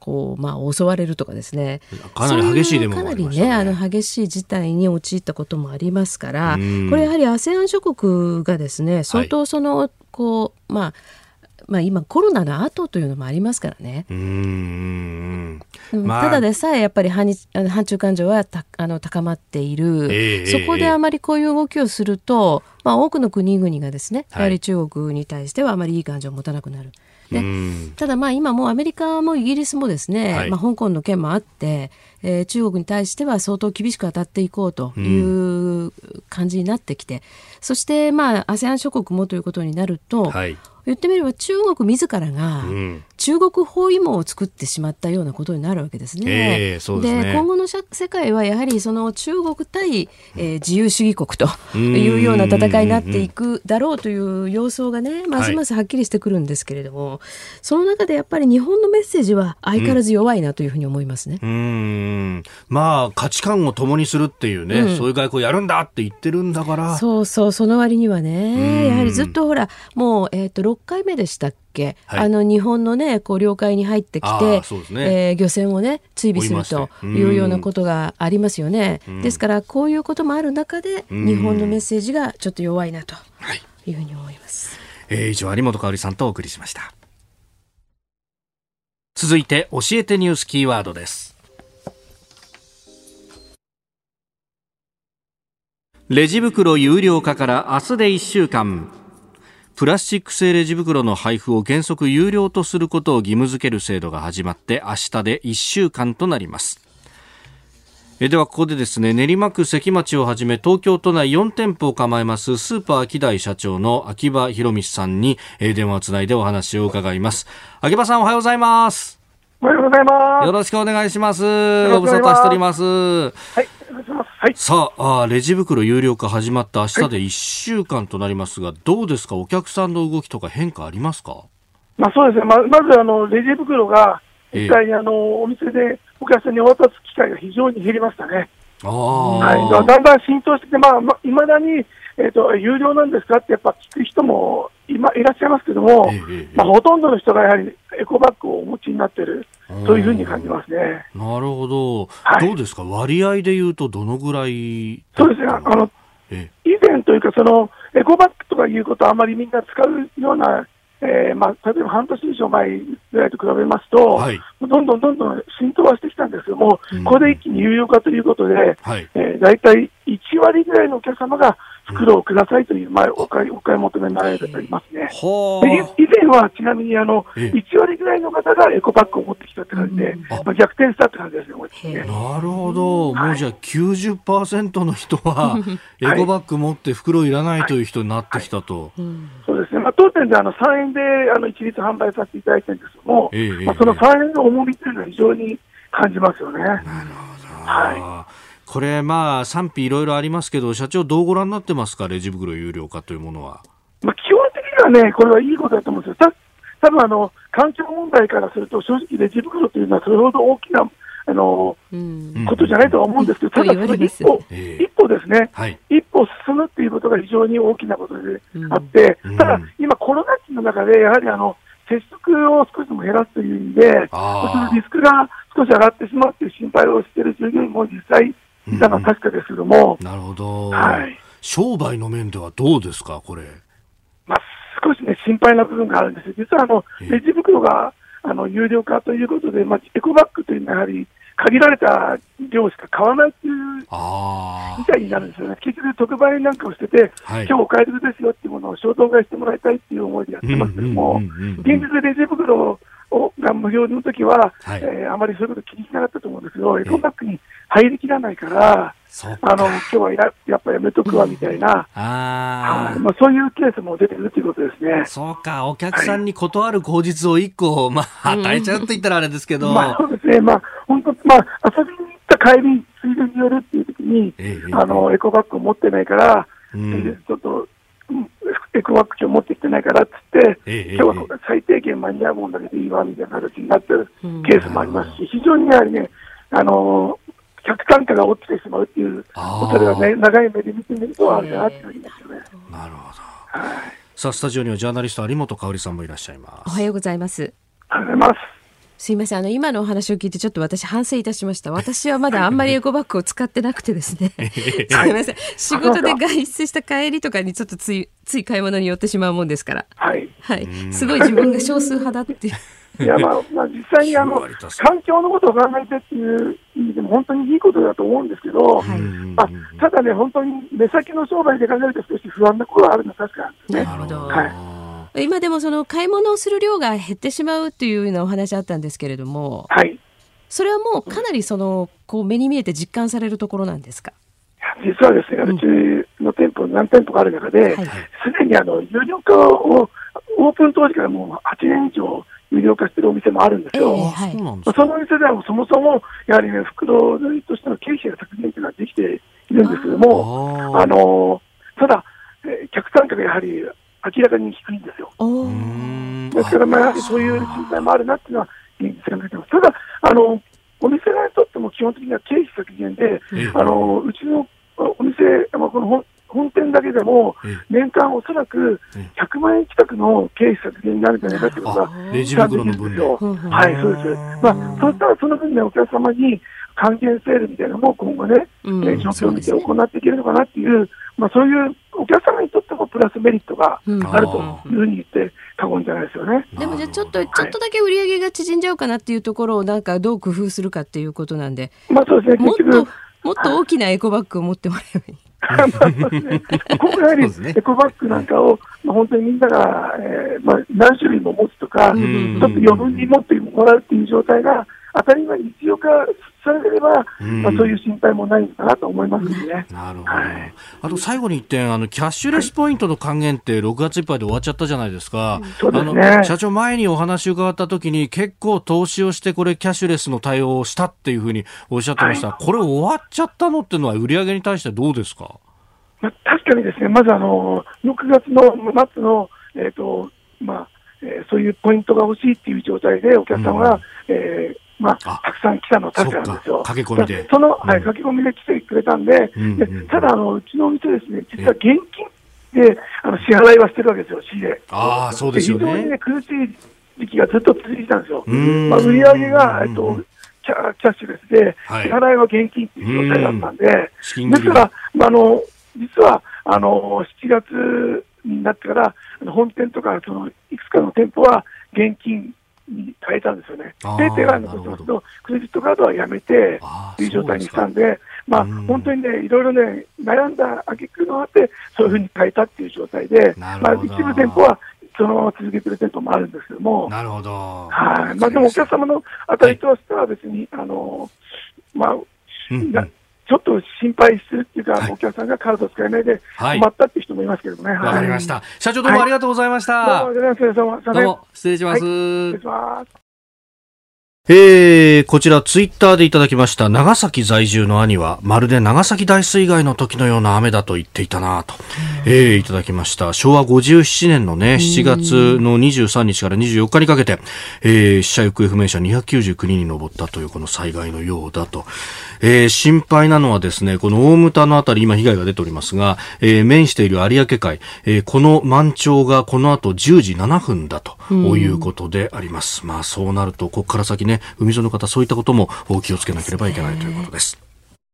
こう、まあ、襲われるとかですね、 かなり激しいデモもありましたね。 かなりね、あの激しい事態に陥ったこともありますから、これやはり アセアン 諸国がですね、相当その、はい、こう、まあまあ、今コロナの後というのもありますからね。うーん、まあ、ただでさえやっぱり 反, 反中感情はたあの高まっている、えー、そこであまりこういう動きをすると、まあ、多くの国々がですね、やはり中国に対してはあまりいい感情を持たなくなる、ね、ただまあ今もうアメリカもイギリスもですね、はい、まあ、香港の件もあって、えー、中国に対しては相当厳しく当たっていこうという感じになってきて、うん、そしてまあ アセアン 諸国もということになると、はい、言ってみれば中国自らが中国包囲網を作ってしまったようなことになるわけですね。えー、そうですね。で、今後の世界はやはりその中国対、えー、自由主義国というような戦いになっていくだろうという様相がね、ますますはっきりしてくるんですけれども、はい、その中でやっぱり日本のメッセージは相変わらず弱いなというふうに思いますね。 うん、うーん、まあ価値観を共にするっていうね、うん、そういう外交やるんだって言ってるんだから、 そうそう、その割にはね、やはりずっとほらもう、えーと、ろっかいめでしたっけ、はい、あの日本のねこう領海に入ってきて、そうですね、えー、漁船をね追尾するというようなことがありますよね。ですからこういうこともある中で日本のメッセージがちょっと弱いなというふうに思います。 はい、えー、以上有本香里さんとお送りしました。続いて教えてニュースキーワードです。レジ袋有料化から明日でいっしゅうかん。プラスチック製レジ袋の配布を原則有料とすることを義務付ける制度が始まって明日でいっしゅうかんとなります。えではここでですね、練馬区関町をはじめ東京都内よんてんぽを構えますスーパーアキダイ社長の秋葉博道さんに電話をつないでお話を伺います。秋葉さん、おはようございます。 おはようございます。 よろしくお願いします。ご無沙汰しております。 はい、お願いします。はい、 さあ、レジ袋有料化始まった明日でいっしゅうかんとなりますが、どうですか、お客さんの動きとか変化ありますか？ まあ、そうですね、ま, まずあのレジ袋が一回、えー、あのお店でお客さんに渡す機会が非常に減りましたね。あ、はい、だ, だんだん浸透してきて、まあ、ま、未だに、えーと、有料なんですかってやっぱ聞く人も今いらっしゃいますけども、えーまあ、ほとんどの人がやはりエコバッグをお持ちになっているというふうに感じますね。 なるほど、はい、どうですか、割合でいうとどのぐらい？ そうですね、あの以前というかそのエコバッグとかいうことはあまりみんな使うような、えーまあ、例えば半年以上前ぐらいと比べますと、はい、どんどんどんどん浸透はしてきたんですけども、うん、ここで一気に有料化ということで、はい、えー、だいたいいちわりぐらいのお客様が袋をくださいという、まあ、お買い、お買い求めになられていますね。以前はちなみにあのいちわりぐらいの方がエコバッグを持ってきたって感じで、まあ、逆転したって感じですね。 なるほど、はい、もうじゃあ きゅうじゅっパーセント の人はエコバッグ持って袋いらないという人になってきたと、はいはい、 そうですね、まあ、当店であのさんえんであの一律販売させていただいてるんですけども、えーまあ、そのさんえんの重みというのは非常に感じますよね。なるほど、 はい、これまあ賛否いろいろありますけど、社長どうご覧になってますか、レジ袋有料化というものは。 まあ、基本的にはね、これはいいことだと思うんですよ。た多分あの環境問題からすると正直レジ袋というのはそれほど大きなあの、うん、ことじゃないとは思うんですけど、ただその一歩、えー、一歩ですね、はい、一歩進むっていうことが非常に大きなことであって、うん、ただ今コロナ期の中でやはりあの接触を少しでも減らすという意味で、そのリスクが少し上がってしまうという心配をしている従業員も実際いたのは確かですけども、 うん、なるほど、はい、商売の面ではどうですか、これ。 まあ、少し、ね、心配な部分があるんです。実はあのレジ袋があの有料化ということで、まあ、エコバッグというのはやはり限られた量しか買わないという事態になるんですよね。結局特売なんかをしてて、はい、今日お買い得ですよっていうものを衝動買いしてもらいたいっていう思いでやってますけども、現実レジ袋をが無料の時は、はい、えー、あまりそういうこと気にしなかったと思うんですけど、エコバッグに入りきらないから、あの今日は や, やっぱやめとくわみたいな、あ、まあ、そういうケースも出てくるということですね。 そうか、お客さんに断る口実をいっこ、まあ、与えちゃうと言ったらあれですけど、 まあ、そうですね、まあ、本当、まあ、遊びに行った帰りついでに寄るっていう時に、えー、あのエコバッグを持ってないから、うん、ちょっとエコバッグ今日持ってきてないからっつって、えー、今日は最低限間に合うもんだけでいいわみたいな形になってるケースもありますし、非常にやはりね、あの客単価が落ちてしまうっていうことではね、長い目で見てみるとあるかなって思いますよね。 なるほど、はい、さあスタジオにはジャーナリスト有本香里さんもいらっしゃいます。 おはようございます。 おはようございます。 すいません、あの今のお話を聞いてちょっと私反省いたしました。私はまだあんまりエコバッグを使ってなくてですねすいません、仕事で外出した帰りとかにちょっとついつい買い物に寄ってしまうもんですから、はい、はい、すごい自分が少数派だっていういや、まあまあ、実際にあの環境のことを考えてっていう意味でも本当にいいことだと思うんですけど、はい、まあ、ただね、本当に目先の商売で考えると少し不安なことがあるのは確かなんですね。なるほど、はい、 今でもその買い物をする量が減ってしまうというようなお話あったんですけれども、はい、それはもうかなりそのこう目に見えて実感されるところなんですか？ 実はですね、うちの店舗何店舗かある中で、すで、はい、にあの有料化をオープン当時からもうはちねん以上有料化しているお店もあるんですよ。えーはい、そのお店ではそもそもやはりね、袋類としての経費が削減というのはできているんですけども、ああのただ、えー、客単価がやはり明らかに低いんですよ。ですから、まあ、そういう心配もあるなっていうのは現実が出てます。ただあのお店側にとっても基本的には経費削減で、えー、あのうちのお店、まあ、この本本店だけでも年間おそらくひゃくまんえん近くの経費削減になるんじゃないかということがレジ袋の分で、 はい、そうです。まあ、そうしたらその分でお客様に還元セールみたいなのも今後ね、うん、状況を見て行っていけるのかなっていう、まあ、そういうお客様にとってもプラスメリットがあるというふうに言って過言じゃないですよね。 でもじゃあちょっと、ちょっとだけ売り上げが縮んじゃうかなっていうところをなんかどう工夫するかっていうことなんで、 まあそうですね、 もっともっと大きなエコバッグを持ってもらえばいい。 まあね、今回やはりエコバッグなんかを、まあ、本当にみんなが、えーまあ、何種類も持つとか、ちょっと余分に持ってもらうっていう状態が当たり前に実用化されれば、まあ、そういう心配もないのかなと思いますのでね。 なるほど、はい、あと最後に一点、あのキャッシュレスポイントの還元ってろくがついっぱいで終わっちゃったじゃないですか。 そうですね、 あの社長、前にお話伺ったときに結構投資をしてこれキャッシュレスの対応をしたっていうふうにおっしゃってました、はい、これ終わっちゃったのっていうのは売上に対してどうですか？ まあ、確かにですね、まずあのろくがつの末の、えーとまあえー、そういうポイントが欲しいっていう状態でお客さんが、うんえーまあ、たくさん来たのは確かなんですよ。 駆け込みで。 その、はい、駆け込みで来てくれたんで、うん、でただあの、うちのお店ですね、実は現金であの支払いはしてるわけですよ、仕入れ。 ああ、そうですよね。 非常にね、苦しい時期がずっと続いてたんですよ。まあ、売り上げが、えっと、キャ、キャッシュレスで、支払いは現金っていう状態だったんで、ですから、まあ、あの、実は、あの、しちがつになってから、本店とか、その、いくつかの店舗は現金に変えたんですよね。ペイペイが残ってますけど、クレジットカードはやめて、という状態にしたんで、まあ、本当にね、いろいろね、悩んだ挙句のあって、そういうふうに変えたっていう状態で、まあ、一部店舗は、そのまま続けてる店舗もあるんですけども。 なるほど。 はい。まあ、でもお客様の当たりとしては別に、はい、あの、まあ、うんうんちょっと心配するっていうか、はい、お客さんがカードを使えないで困ったっていう人もいますけどね。わ、 はい、かりました。社長どうもありがとうございました。 はい、どうもありがとうございました。どうも失礼します。はい、 失礼します。 えー、こちらツイッターでいただきました長崎在住の兄はまるで長崎大水害の時のような雨だと言っていたなと、えー、いただきました。しょうわごじゅうななねんのねしちがつのにじゅうさんにちからにじゅうよっかにかけて、えー、死者行方不明者にひゃくきゅうじゅうきゅうにんに上ったというこの災害のようだと、えー、心配なのはですねこの大牟田のあたり今被害が出ておりますが、えー、面している有明海、えー、この満潮がこの後じゅうじななふんだということであります。まあそうなるとここから先ね海沿いの方そういったことも気をつけなければいけないということです。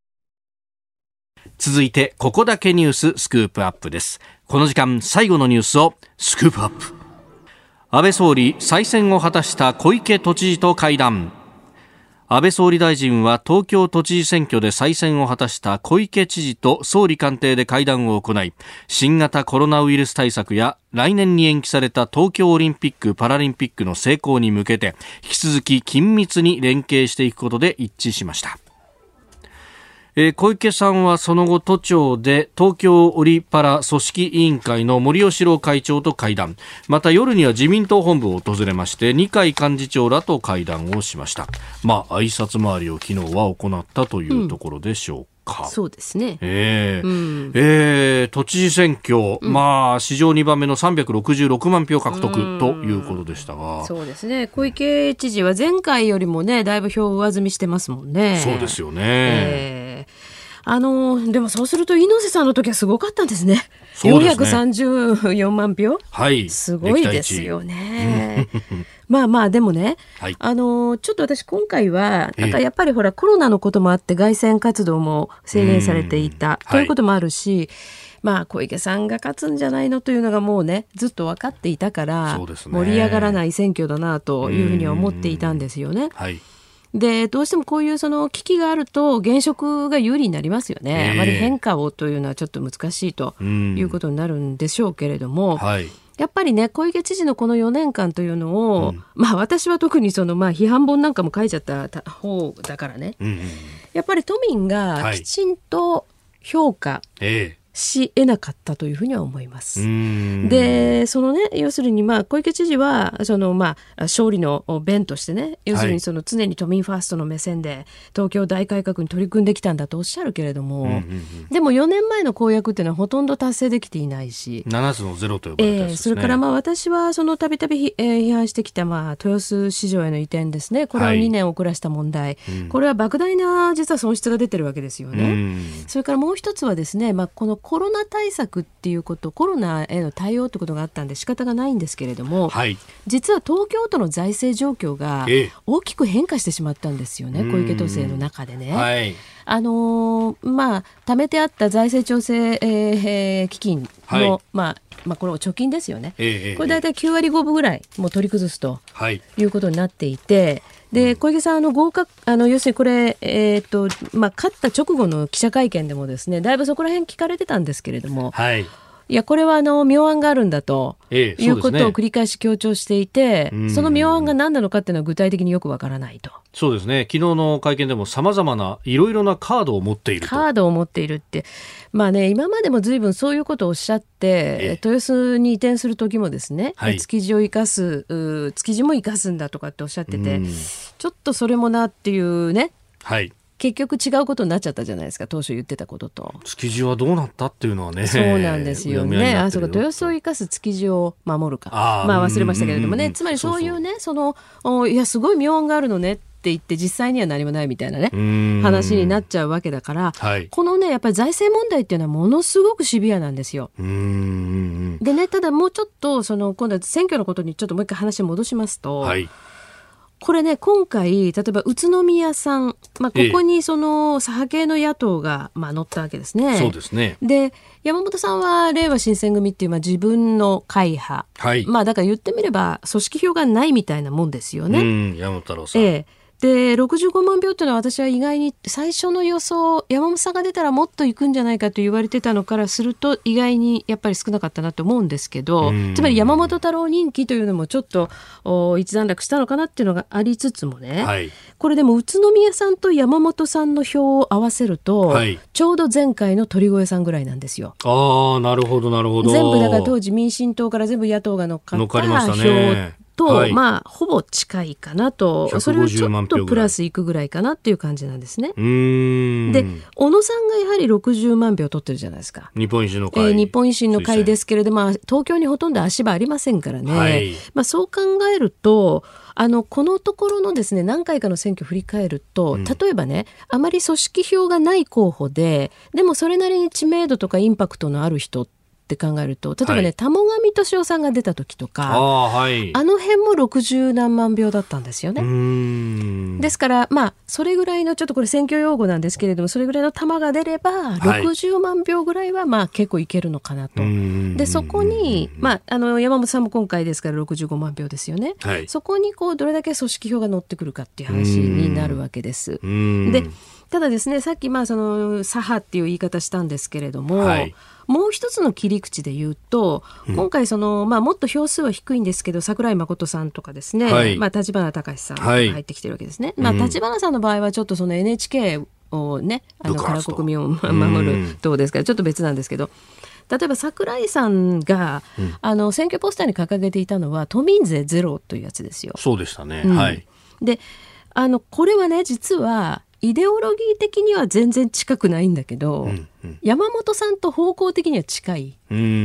続いてここだけニューススクープアップです。この時間最後のニュースをスクープアップ。安倍総理再選を果たした小池都知事と会談。安倍総理大臣は東京都知事選挙で再選を果たした小池知事と総理官邸で会談を行い、新型コロナウイルス対策や来年に延期された東京オリンピック・パラリンピックの成功に向けて引き続き緊密に連携していくことで一致しました。えー、小池さんはその後都庁で東京オリパラ組織委員会の森喜朗会長と会談、また夜には自民党本部を訪れまして二階幹事長らと会談をしました。まあ挨拶回りを昨日は行ったというところでしょうか。 うん、そうですね。 えーうんえー、都知事選挙、うん、まあ史上にばんめのさんびゃくろくじゅうろくまんひょう獲得ということでしたが、 そうですね。小池知事は前回よりもねだいぶ票を上積みしてますもんね。 そうですよね。 えーあのでもそうすると猪瀬さんの時はすごかったんですね。 そうですね。 よんひゃくさんじゅうよんまんひょう、 はい、 すごいですよね。まあまあでもね、はい、あのちょっと私今回はなんかやっぱりほら、えー、コロナのこともあって凱旋活動も制限されていたということもあるし、はい、まあ小池さんが勝つんじゃないのというのがもうねずっと分かっていたから、そうですね、盛り上がらない選挙だなというふうには思っていたんですよね。はい、でどうしてもこういうその危機があると現職が有利になりますよね。あまり変化をというのはちょっと難しいということになるんでしょうけれども、はい、やっぱりね小池知事のこのよねんかんというのを、うん、まあ私は特にそのまあ批判本なんかも書いちゃった方だからね、うんうん、やっぱり都民がきちんと評価、はい、ええし得なかったというふうには思います。でそのね要するにまあ小池知事はそのまあ勝利の弁としてね要するにその常に都民ファーストの目線で東京大改革に取り組んできたんだとおっしゃるけれども、うんうんうん、でもよねんまえの公約っていうのはほとんど達成できていないしななつのゼロと呼ばれたやつですね。えー、それからまあ私はそのたびたび批判してきたまあ豊洲市場への移転ですね。これはにねん遅らした問題、はいうん、これは莫大な実は損失が出てるわけですよね。うん、それからもう一つはですね、まあ、このコロナ対策っていうことコロナへの対応ってことがあったんで仕方がないんですけれども、はい、実は東京都の財政状況が大きく変化してしまったんですよね、えー、小池都政の中でね、はいあのー、まあ貯めてあった財政調整、えー、基金の、はいまあまあ、これ貯金ですよね、えー、これ大体きゅうわりごぶぐらいもう取り崩すということになっていて、で小池さんあの合格あの要するにこれ、えーとまあ、勝った直後の記者会見でもですねだいぶそこら辺聞かれてたんですけれども、はい、いやこれはあの妙案があるんだと、ええ、いうことを繰り返し強調していて、そ, ね、その妙案が何なのかっていうのは具体的によくわからないと。 そうですね、昨日の会見でもさまざまないろいろなカードを持っていると。 カードを持っているってまあね今までも随分そういうことをおっしゃって、ええ、豊洲に移転する時もですね、はい、築地を生かす築地も生かすんだとかっておっしゃってて、ちょっとそれもなっていうね、はい結局違うことになっちゃったじゃないですか当初言ってたことと。 築地はどうなったっていうのはねそうなんですよね。あそうか豊洲を生かす築地を守るかあまあ忘れましたけれどもね、つまりそういうねそのいやすごい妙案があるのねって言って実際には何もないみたいなね話になっちゃうわけだから、はい、このねやっぱり財政問題っていうのはものすごくシビアなんですよ。うーんでねただもうちょっとその今度は選挙のことにちょっともう一回話戻しますと、はいこれね今回例えば宇都宮さん、まあ、ここにその左派系の野党が、まあ、乗ったわけですね。 そうですね。 で山本さんはれいわ新選組っていう、まあ、自分の会派、はいまあ、だから言ってみれば組織票がないみたいなもんですよね。 うん山本太郎さん、ええでろくじゅうごまんひょうというのは私は意外に最初の予想山本さんが出たらもっといくんじゃないかと言われてたのからすると意外にやっぱり少なかったなと思うんですけど、つまり山本太郎人気というのもちょっと一段落したのかなっていうのがありつつもね、はい、これでも宇都宮さんと山本さんの票を合わせると、はい、ちょうど前回の鳥越さんぐらいなんですよ。 ああなるほどなるほど。 全部だから当時民進党から全部野党が乗っかった票と、はいまあ、ほぼ近いかなとそれはちょっとプラスいくぐらいかなっていう感じなんですね。うーんで小野さんがやはりろくじゅうまんひょう取ってるじゃないですか。 日本維新の会、 えー、日本維新の会ですけれども、まあ、東京にほとんど足場ありませんからね、はいまあ、そう考えるとあのこのところのですね何回かの選挙を振り返ると、うん、例えばねあまり組織票がない候補ででもそれなりに知名度とかインパクトのある人って考えると例えばね、はい、田母神俊夫さんが出た時とか あ,、はい、あの辺もろくじゅうなんまんひょうだったんですよね。うーんですからまあそれぐらいのちょっとこれ選挙用語なんですけれどもそれぐらいの玉が出ればろくじゅうまんひょうぐらいはまあ結構いけるのかなと。でそこに、まあ、あの山本さんも今回ですからろくじゅうごまんひょうですよね、はい、そこにこうどれだけ組織票が乗ってくるかっていう話になるわけです。でただですねさっきまあその左派っていう言い方したんですけれども、はいもう一つの切り口で言うと、うん、今回その、まあ、もっと票数は低いんですけど桜井誠さんとかですね、はいまあ、立花隆さんが入ってきてるわけですね、はいまあ、立花さんの場合はちょっとその エヌエイチケー をねあのから国民を守る党ですからちょっと別なんですけど例えば桜井さんが、うん、あの選挙ポスターに掲げていたのは都民税ゼロというやつですよ。 そうでしたね、うん、はい。 であのこれはね実はイデオロギー的には全然近くないんだけど、うんうん、山本さんと方向的には近い。 うんうんうんうん、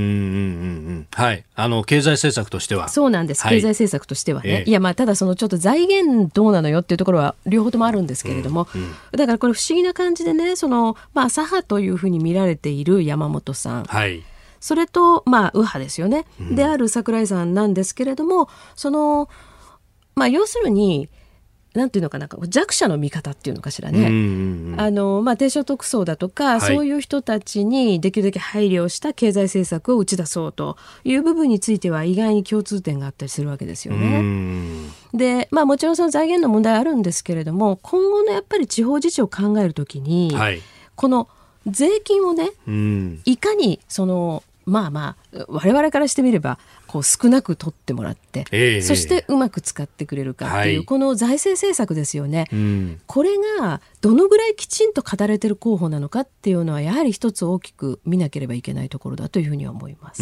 はい、あの経済政策としてはそうなんです、はい、経済政策としてはね、えー、いやまあただそのちょっと財源どうなのよっていうところは両方ともあるんですけれども、うんうん、だからこれ不思議な感じでね、その、まあ、左派というふうに見られている山本さん、はい、それと、まあ、右派ですよね、うん、である櫻井さんなんですけれども、その、まあ、要するになんていうのかな、弱者の味方っていうのかしらね、うんうんうん、あのまあ、低所得層だとか、はい、そういう人たちにできるだけ配慮した経済政策を打ち出そうという部分については意外に共通点があったりするわけですよね。うんで、まあ、もちろんその財源の問題あるんですけれども、今後のやっぱり地方自治を考えるときに、はい、この税金をね、うん、いかにそのまあまあ我々からしてみればこう少なく取ってもらって、えー、そしてうまく使ってくれるかっていう、はい、この財政政策ですよね、うん、これがどのぐらいきちんと語れてる候補なのかっていうのはやはり一つ大きく見なければいけないところだというふうには思います。 うん、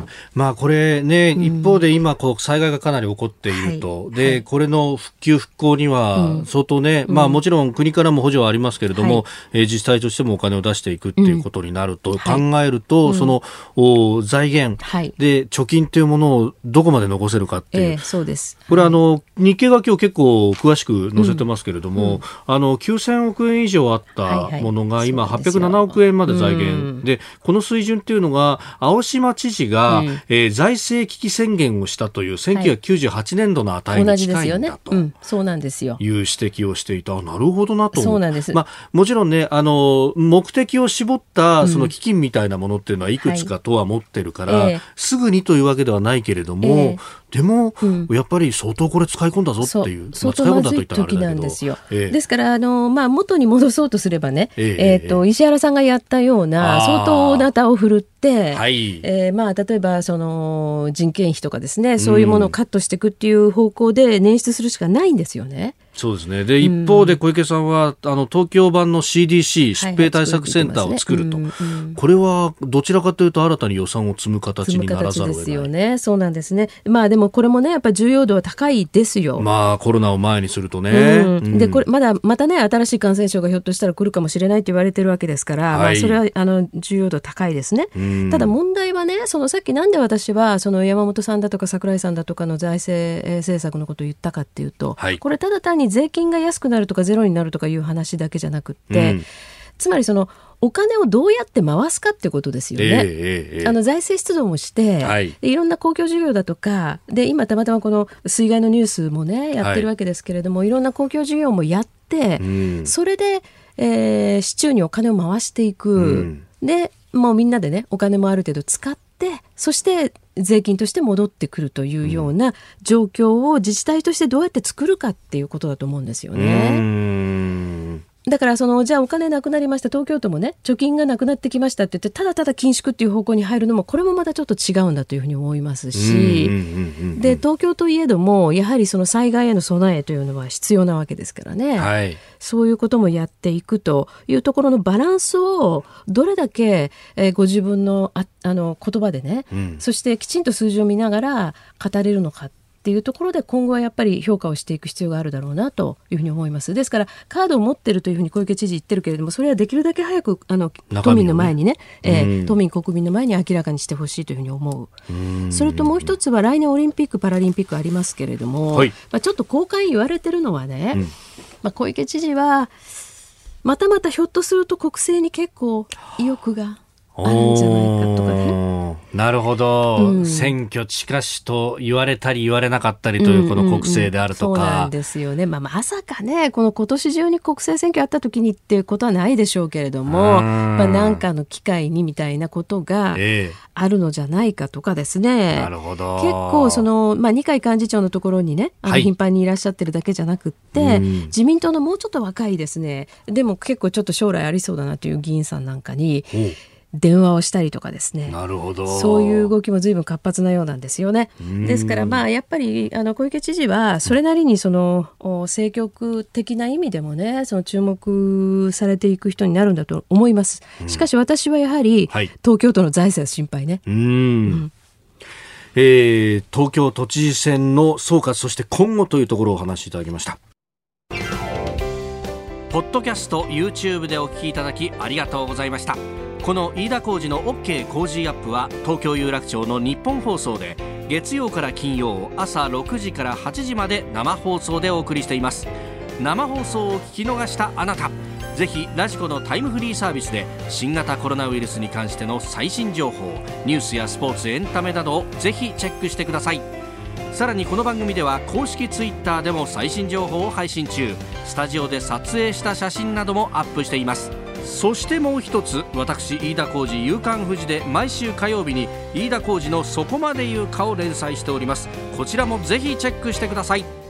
まあこれね、一方で今こう災害がかなり起こっていると、はい、で、はい、これの復旧復興には相当ね、うん、まあもちろん国からも補助はありますけれども、はい、えー、自治体としてもお金を出していくっていうことになると考えると、うん、その、うん、財源、はい、で貯金というものをどこまで残せるかっていう、えー、そうです。これ、はい、あの日経が今日結構詳しく載せてますけれども、うんうん、あのきゅうせんおくえん以上あったものが今はっぴゃくななおくえんまで財源、うん、でこの水準っていうのが青島知事が、うん、えー、財政危機宣言をしたというせんきゅうひゃくきゅうじゅうはちねんどの値に近いんだと、 うん、そうなんですよ、 いう指摘をしていた。なるほどなと思う。 そうなんです。 まあ、もちろんね、あの目的を絞ったその基金みたいなものっていうのはいくつかとは持ってるから、はい、えー、すぐにというわけではないけれども、えーでも、うん、やっぱり相当これ使い込んだぞっていう、 相当まずい時なんですよ。ええ、ですからあの、まあ、元に戻そうとすればね、えええー、と石原さんがやったような相当なたを振るって、はい、えーまあ、例えばその人件費とかですね、そういうものをカットしていくっていう方向で捻出するしかないんですよね。 そうですね。で、一方で小池さんは、うん、あの東京版の シーディーシー 疾病対策センターを作ると、はいはい、ね、うんうん、これはどちらかというと新たに予算を積む形にならざるを得ない。積む形ですよね。そうなんですね。まあでもこれもね、やっぱり重要度は高いですよ。 まあコロナを前にするとね、 うんうん、でこれまだまたね、新しい感染症がひょっとしたら来るかもしれないと言われてるわけですから、はい、まあ、それはあの重要度高いですね。うん、ただ問題はね、そのさっきなんで私はその山本さんだとか櫻井さんだとかの財政政策のことを言ったかっていうと、はい、これただ単に税金が安くなるとかゼロになるとかいう話だけじゃなくって、うん、つまりそのお金をどうやって回すかってことですよね。えーえー、あの財政出動もして、はい、いろんな公共事業だとかで、今たまたまこの水害のニュースもねやってるわけですけれども、はい、いろんな公共事業もやって、うん、それで、えー、市中にお金を回していく、うん、でもうみんなでねお金もある程度使って、そして税金として戻ってくるというような状況を自治体としてどうやって作るかっていうことだと思うんですよね。うーん、だからそのじゃあお金なくなりました、東京都もね貯金がなくなってきましたって言ってただただ緊縮っていう方向に入るのもこれもまたちょっと違うんだというふうに思いますし、で東京といえどもやはりその災害への備えというのは必要なわけですからね、はい、そういうこともやっていくというところのバランスをどれだけ、えー、ご自分のああの言葉でね、うん、そしてきちんと数字を見ながら語れるのかっていうところで今後はやっぱり評価をしていく必要があるだろうなというふうに思います。ですからカードを持ってるというふうに小池知事言ってるけれども、それはできるだけ早くあの都民の前にね、えー、都民国民の前に明らかにしてほしいというふうに思う。うそれともう一つは来年オリンピックパラリンピックありますけれども、はい、まあ、ちょっと公開言われてるのはね、うん、まあ、小池知事はまたまたひょっとすると国政に結構意欲があるんじゃないかとかね。 なるほど、うん、選挙近しと言われたり言われなかったりというこの国政であるとか、うんうんうん、そうなんですよね、まあ、まさかねこの今年中に国政選挙あった時にっていうことはないでしょうけれども、まあ、なんかの機会にみたいなことがあるのじゃないかとかですね、えー、なるほど。結構その、まあ、二階幹事長のところにねあの頻繁にいらっしゃってるだけじゃなくって、はい、自民党のもうちょっと若いですね、でも結構ちょっと将来ありそうだなという議員さんなんかに電話をしたりとかですね、なるほど、そういう動きも随分活発なようなんですよね。ですからまあやっぱりあの小池知事はそれなりにその政局的な意味でもねその注目されていく人になるんだと思います。しかし私はやはり、はい、東京都の財政心配ね。うーん、うんえー、東京都知事選の総括、そして今後というところをお話しいただきました。 ポッドキャスト YouTube でお聞きいただきありがとうございました。この飯田浩司の OK 工事アップは東京有楽町の日本放送で月曜から金曜朝ろくじからはちじまで生放送でお送りしています。生放送を聞き逃したあなた、ぜひラジコのタイムフリーサービスで新型コロナウイルスに関しての最新情報、ニュースやスポーツ、エンタメなどをぜひチェックしてください。さらにこの番組では公式ツイッターでも最新情報を配信中。スタジオで撮影した写真などもアップしています。そしてもう一つ、私飯田浩司夕刊フジで毎週火曜日に飯田浩司のそこまで言うかを連載しております。こちらもぜひチェックしてください。